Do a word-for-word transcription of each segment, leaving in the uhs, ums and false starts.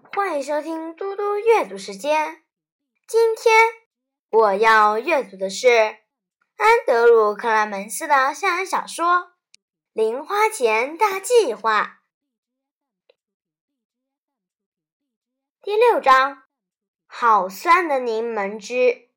欢迎收听嘟嘟阅读时间。今天我要阅读的是安德鲁·克莱门斯的校园小说《零花钱大计划》第六章，好酸的柠檬汁。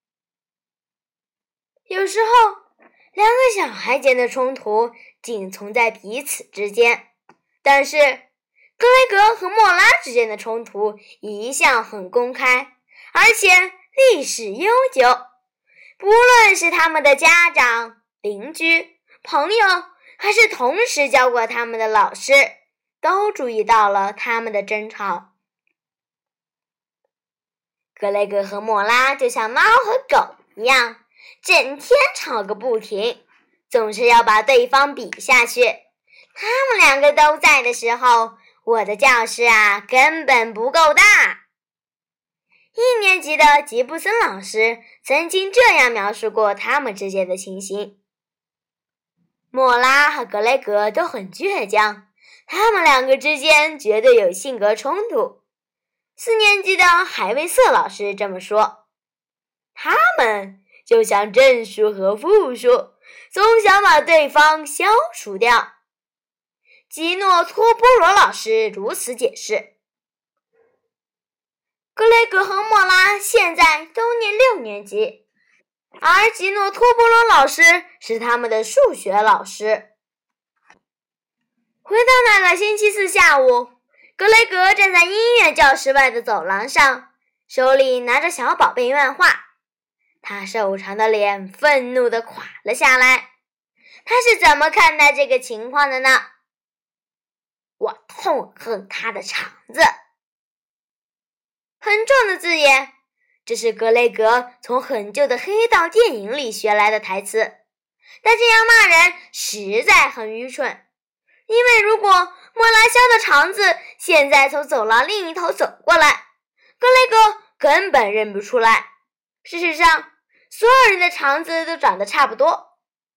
有时候，两个小孩间的冲突仅存在彼此之间，但是格雷格和莫拉之间的冲突一向很公开，而且历史悠久。不论是他们的家长、邻居、朋友，还是同时教过他们的老师，都注意到了他们的争吵。格雷格和莫拉就像猫和狗一样，整天吵个不停，总是要把对方比下去。他们两个都在的时候，我的教室啊，根本不够大。一年级的吉布森老师曾经这样描述过他们之间的情形：莫拉和格雷格都很倔强，他们两个之间绝对有性格冲突。四年级的海维瑟老师这么说，他们就像正数和负数，总想把对方消除掉。吉诺托波罗老师如此解释。格雷格和莫拉现在都念六年级，而吉诺托波罗老师是他们的数学老师。回到那个星期四下午，格雷格站在音乐教室外的走廊上，手里拿着小宝贝漫画，他瘦长的脸愤怒地垮了下来。他是怎么看待这个情况的呢？我痛恨他的肠子。很重的字眼，这是格雷格从很旧的黑道电影里学来的台词。但这样骂人实在很愚蠢，因为如果莫拉肖的肠子现在从走廊另一头走过来，格雷格根本认不出来。事实上，所有人的肠子都长得差不多。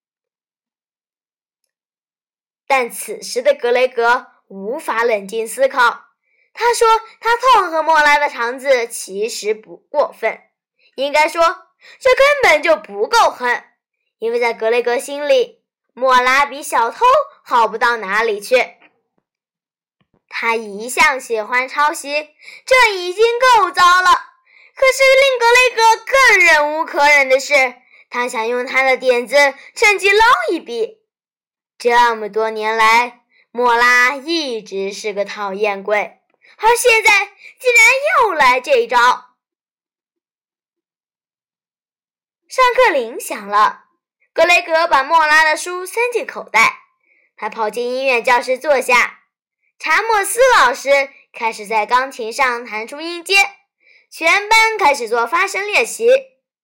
但此时的格雷格无法冷静思考，他说他痛恨莫拉的肠子其实不过分，应该说这根本就不够恨，因为在格雷格心里，莫拉比小偷好不到哪里去。他一向喜欢抄袭，这已经够糟了。可是令格雷格更忍无可忍的是，他想用他的点子趁机捞一笔。这么多年来，莫拉一直是个讨厌鬼，而现在竟然又来这一招。上课铃响了，格雷格把莫拉的书塞进口袋，他跑进音乐教室坐下。查莫斯老师开始在钢琴上弹出音阶，全班开始做发声练习。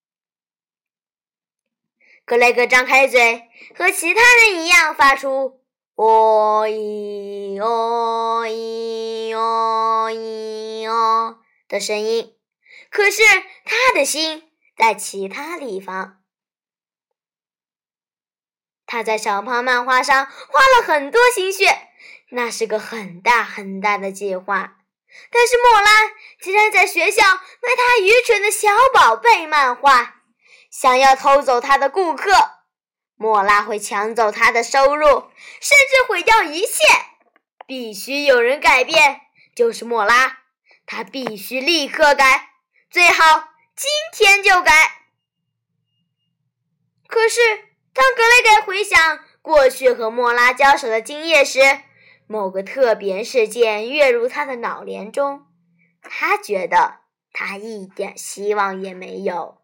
格雷格张开嘴，和其他人一样发出哦咦哦咦哦咦哦的声音，可是他的心在其他地方。他在小胖漫画上花了很多心血，那是个很大很大的计划。但是莫拉竟然在学校卖他愚蠢的小宝贝漫画，想要偷走他的顾客。莫拉会抢走他的收入，甚至毁掉一切。必须有人改变，就是莫拉，他必须立刻改，最好今天就改。可是当格雷格回想过去和莫拉交手的经验时，某个特别事件跃入他的脑帘中，他觉得他一点希望也没有。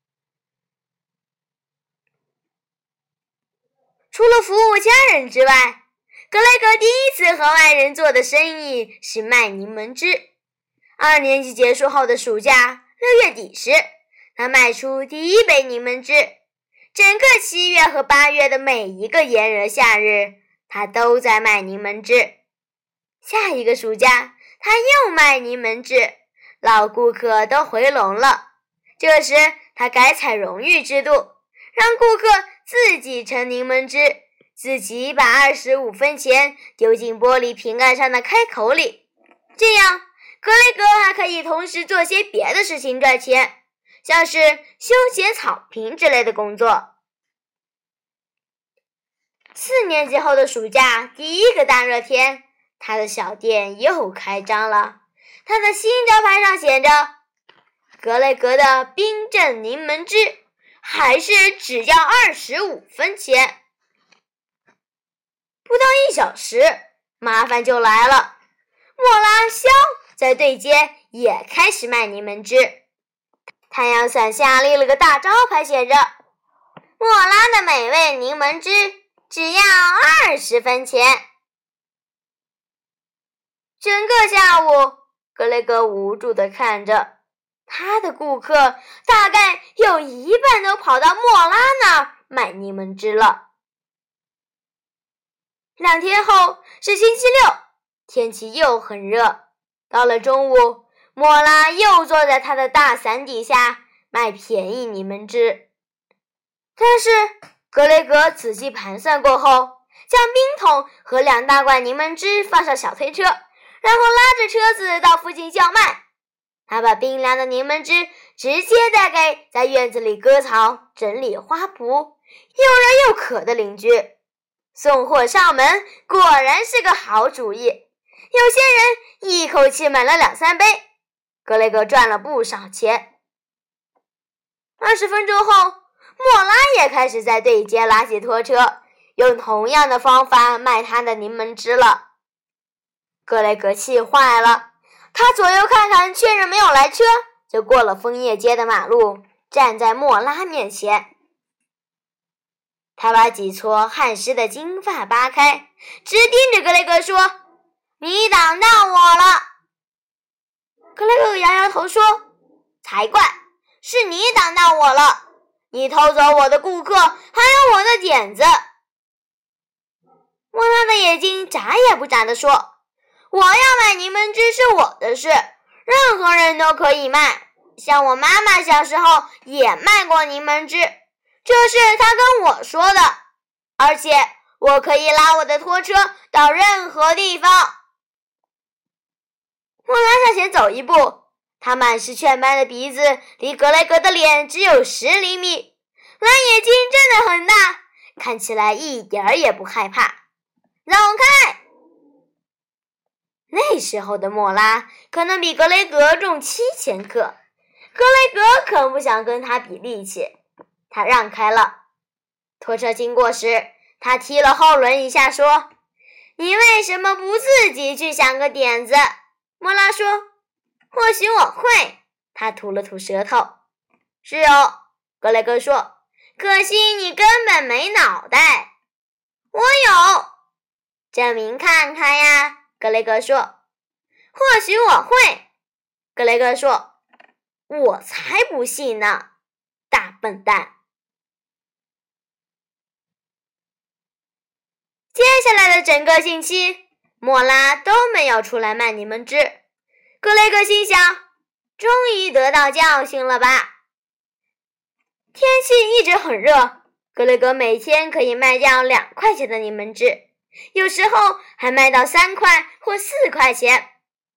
除了服务家人之外，格雷格第一次和外人做的生意是卖柠檬汁。二年级结束后的暑假，六月底时，他卖出第一杯柠檬汁。整个七月和八月的每一个炎热夏日，他都在卖柠檬汁。下一个暑假，他又卖柠檬汁，老顾客都回笼了。这时，他改采荣誉制度，让顾客自己盛柠檬汁，自己把二十五分钱丢进玻璃瓶盖上的开口里。这样， 格雷格还可以同时做些别的事情赚钱，像是修剪草坪之类的工作。四年级后的暑假第一个大热天，他的小店又开张了。他的新招牌上写着格雷格的冰镇柠檬汁，还是只要二十五分钱。不到一小时，麻烦就来了。莫拉肖在对街也开始卖柠檬汁。太阳伞下立了个大招牌，写着莫拉的美味柠檬汁只要二十分钱。整个下午，格雷格无助地看着，他的顾客大概有一半都跑到莫拉那儿买柠檬汁了。两天后是星期六，天气又很热。到了中午，莫拉又坐在他的大伞底下卖便宜柠檬汁。但是格雷格仔细盘算过后，将冰桶和两大罐柠檬汁放上小推车，然后拉着车子到附近叫卖。他把冰凉的柠檬汁直接带给在院子里割草、整理花圃、又热又渴的邻居。送货上门果然是个好主意，有些人一口气买了两三杯，格雷格赚了不少钱。二十分钟后，莫拉也开始在对街拉起拖车，用同样的方法卖他的柠檬汁了。格雷格气坏了，他左右看看，确认没有来车，就过了枫叶街的马路，站在莫拉面前。他把几撮汗湿的金发扒开，直盯着格雷格说：“你挡到我了。”格雷格摇摇头说：“才怪，是你挡到我了，你偷走我的顾客，还有我的点子。”莫拉的眼睛眨也不眨地说：“我要买柠檬汁是我的事，任何人都可以卖，像我妈妈小时候也卖过柠檬汁。这是他跟我说的，而且我可以拉我的拖车到任何地方。”莫拉向前走一步，他满是雀斑的鼻子离格雷格的脸只有十厘米，蓝眼睛真的很大，看起来一点儿也不害怕。让开！那时候的莫拉可能比格雷格重七千克，格雷格可不想跟他比力气。他让开了。拖车经过时，他踢了后轮一下，说：“你为什么不自己去想个点子？”莫拉说：“或许我会。”他吐了吐舌头。“是哦。”格雷格说，“可惜你根本没脑袋。”“我有。”“证明看看呀。”格雷格说。“或许我会。”格雷格说。“我才不信呢，大笨蛋。”接下来的整个星期，莫拉都没有出来卖柠檬汁。格雷格心想，终于得到教训了吧。天气一直很热，格雷格每天可以卖掉两块钱的柠檬汁，有时候还卖到三块或四块钱。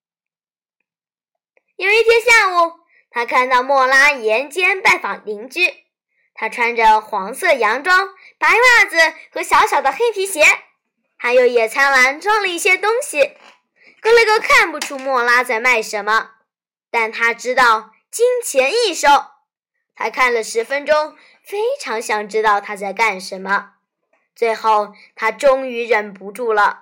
有一天下午，他看到莫拉沿街拜访邻居，他穿着黄色洋装、白袜子和小小的黑皮鞋，还有野餐篮装了一些东西。格雷格看不出莫拉在卖什么，但他知道金钱易收。他看了十分钟，非常想知道他在干什么。最后他终于忍不住了。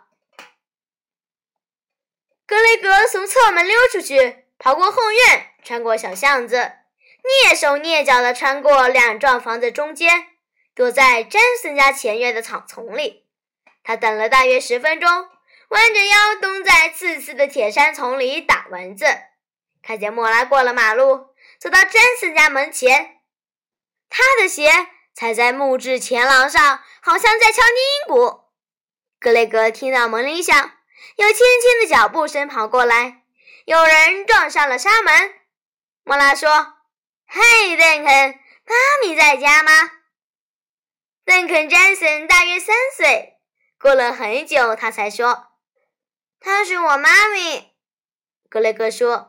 格雷格从侧门溜出去，跑过后院，穿过小巷子，蹑手蹑脚地穿过两幢房子中间，躲在詹森家前院的草丛里。他等了大约十分钟，弯着腰蹲在刺刺的铁杉丛里打蚊子。看见莫拉过了马路，走到詹森家门前，他的鞋踩在木质前廊上，好像在敲低音鼓。格雷格听到门铃响，有轻轻的脚步声跑过来，有人撞上了纱门。莫拉说：“嘿，邓肯，妈咪在家吗？”邓肯·詹森大约三岁，过了很久他才说：“她是我妈咪。” 格雷格说。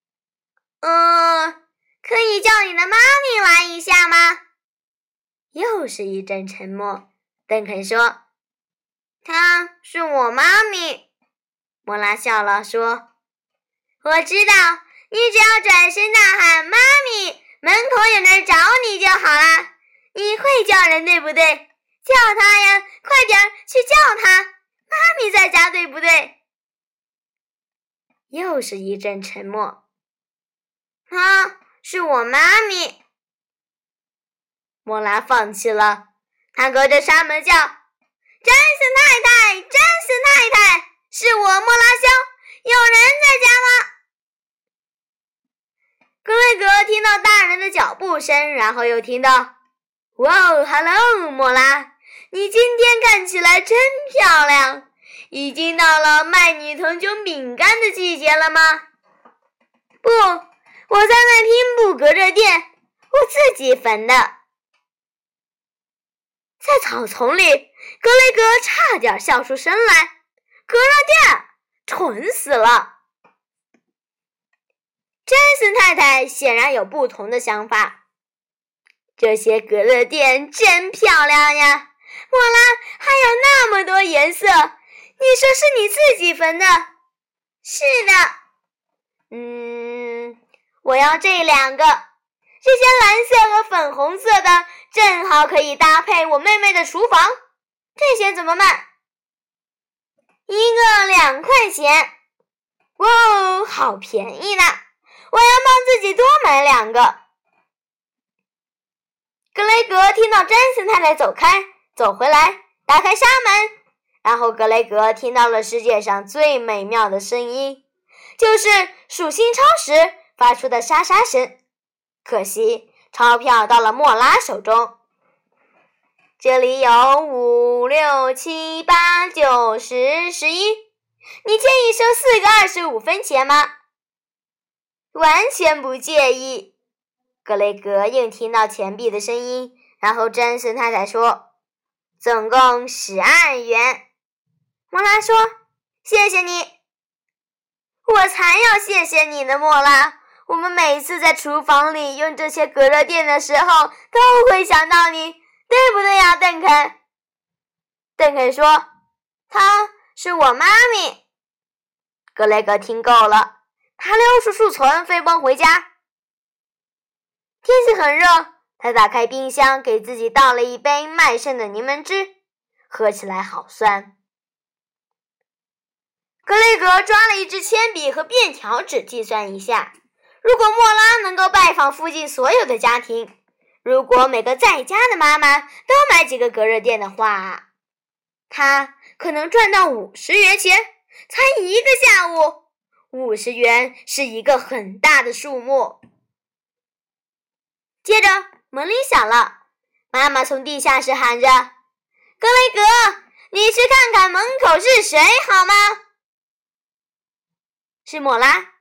嗯，可以叫你的妈咪来一下吗？又是一阵沉默。邓肯说，她是我妈咪。莫拉笑了说，我知道，你只要转身大喊妈咪，门口有人找你就好了。你会叫人对不对？叫他呀，快点去叫他，妈咪在家对不对？又是一阵沉默。她是我妈咪。莫拉放弃了，他隔着纱门叫，詹森太太，詹森太太，是我莫拉肖，有人在家吗？格雷格听到大人的脚步声，然后又听到，哇哦 ，hello， 莫拉，你今天看起来真漂亮，已经到了卖女童军饼干的季节了吗？不，我在那拼布隔热垫，我自己缝的。在草丛里，格雷格差点笑出声来。隔热垫，蠢死了！詹森太太显然有不同的想法。这些隔热垫真漂亮呀！莫拉，还有那么多颜色，你说是你自己缝的？是的。嗯，我要这两个，这些蓝色和粉红色的正好可以搭配我妹妹的厨房。这些怎么卖？一个两块钱。哇哦，好便宜呢！我要帮自己多买两个。格雷格听到詹森太太走开，走回来，打开纱门，然后格雷格听到了世界上最美妙的声音，就是数星钞时发出的沙沙声。可惜钞票到了莫拉手中。这里有五六七八九十十一，你介意收四个二十五分钱吗？完全不介意。格雷格又听到钱币的声音，然后詹森太太说，总共十二元。莫拉说，谢谢你。我才要谢谢你呢，莫拉。我们每次在厨房里用这些隔热垫的时候，都会想到你，对不对呀，邓肯？邓肯说，她是我妈咪。格雷格听够了，他溜出树丛，飞奔回家。天气很热，他打开冰箱，给自己倒了一杯麦盛的柠檬汁，喝起来好酸。格雷格抓了一支铅笔和便条纸，计算一下，如果莫拉能够拜访附近所有的家庭，如果每个在家的妈妈都买几个隔热垫的话，他可能赚到五十元钱，才一个下午。五十元是一个很大的数目。接着门铃响了，妈妈从地下室喊着，格雷格，你去看看门口是谁好吗？是莫拉。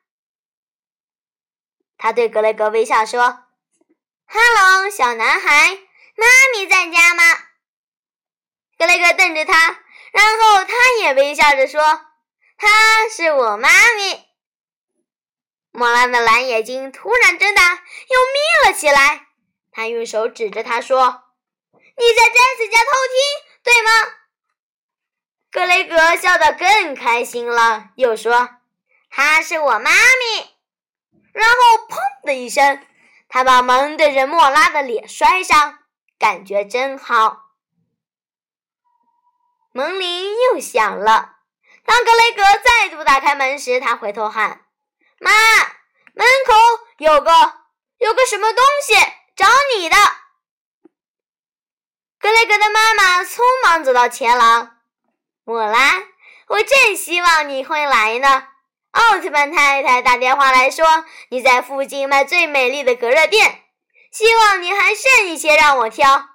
他对格雷格微笑说，哈喽，小男孩，妈咪在家吗？格雷格瞪着他，然后他也微笑着说，她是我妈咪。莫拉的蓝眼睛突然睁大，又眯了起来。他用手指着他说，你在詹森家偷听，对吗？格雷格笑得更开心了，又说，她是我妈咪。然后砰的一声，他把门对着莫拉的脸摔上，感觉真好。门铃又响了。当格雷格再度打开门时，他回头喊，妈，门口有个有个什么东西找你的。格雷格的妈妈匆忙走到前廊，莫拉，我正希望你会来呢。奥特曼太太打电话来说，你在附近卖最美丽的隔热垫，希望你还剩一些让我挑。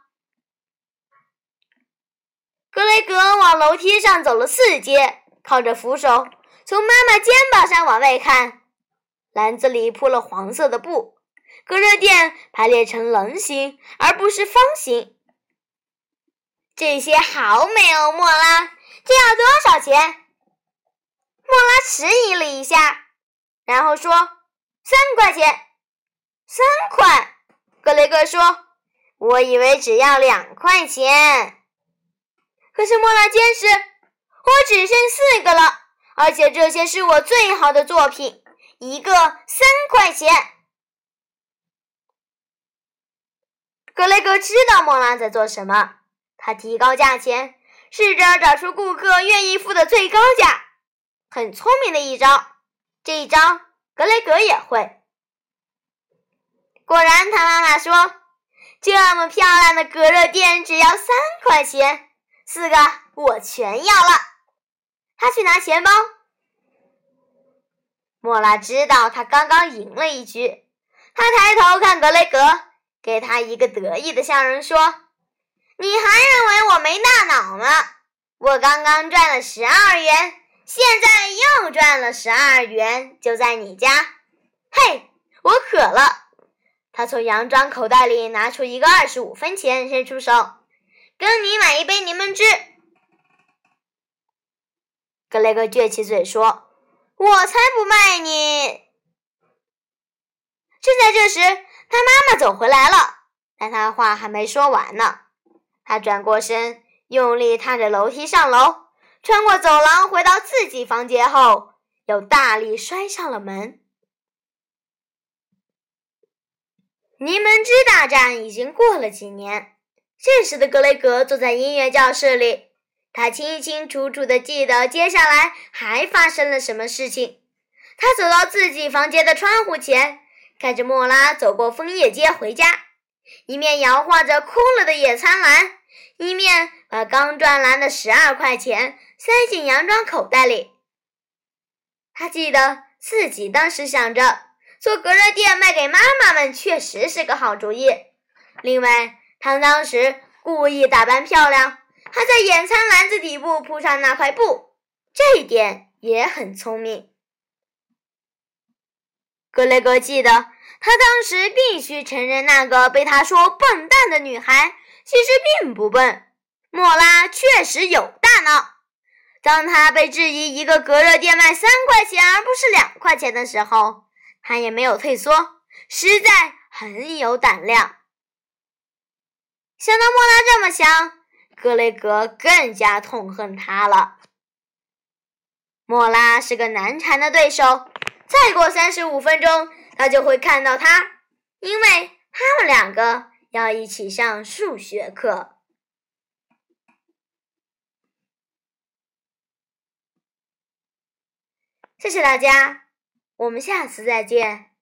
格雷格往楼梯上走了四阶，靠着扶手，从妈妈肩膀上往外看，篮子里铺了黄色的布，隔热垫排列成棱形而不是方形。这些好美哦，莫拉，这要多少钱？莫拉迟疑了一下， 然后说：“三块钱。”三块，格雷格说：“我以为只要两块钱。”可是莫拉坚持：“我只剩四个了，而且这些是我最好的作品，一个三块钱。”格雷格知道莫拉在做什么，他提高价钱，试着找出顾客愿意付的最高价。很聪明的一招，这一招格雷格也会。果然，他妈妈说：“这么漂亮的隔热垫只要三块钱，四个我全要了。”他去拿钱包。莫拉知道他刚刚赢了一局，他抬头看格雷格，给他一个得意的笑容，说：“你还认为我没大脑吗？我刚刚赚了十二元，现在又赚了十二元，就在你家。嘿，我渴了。”他从洋装口袋里拿出一个二十五分钱，伸出手：“跟你买一杯柠檬汁。”格雷格撅起嘴说：“我才不卖你！”正在这时，他妈妈走回来了，但他话还没说完呢。他转过身，用力踏着楼梯上楼，穿过走廊回到自己房间后，又大力摔上了门。柠檬汁大战已经过了几年，这时的格雷格坐在音乐教室里，他清清楚楚地记得接下来还发生了什么事情。他走到自己房间的窗户前，看着莫拉走过枫叶街回家，一面摇晃着空了的野餐篮，一面把刚赚来的十二块钱塞进洋装口袋里。他记得自己当时想着，做隔热垫卖给妈妈们确实是个好主意。另外，他当时故意打扮漂亮，还在野餐篮子底部铺上那块布，这一点也很聪明。格雷格记得，他当时必须承认那个被他说笨蛋的女孩其实并不笨，莫拉确实有大脑。当他被质疑一个隔热垫卖三块钱而不是两块钱的时候，他也没有退缩，实在很有胆量。想到莫拉这么想，格雷格更加痛恨他了。莫拉是个难缠的对手，再过三十五分钟他就会看到他，因为他们两个要一起上数学课。谢谢大家，我们下次再见。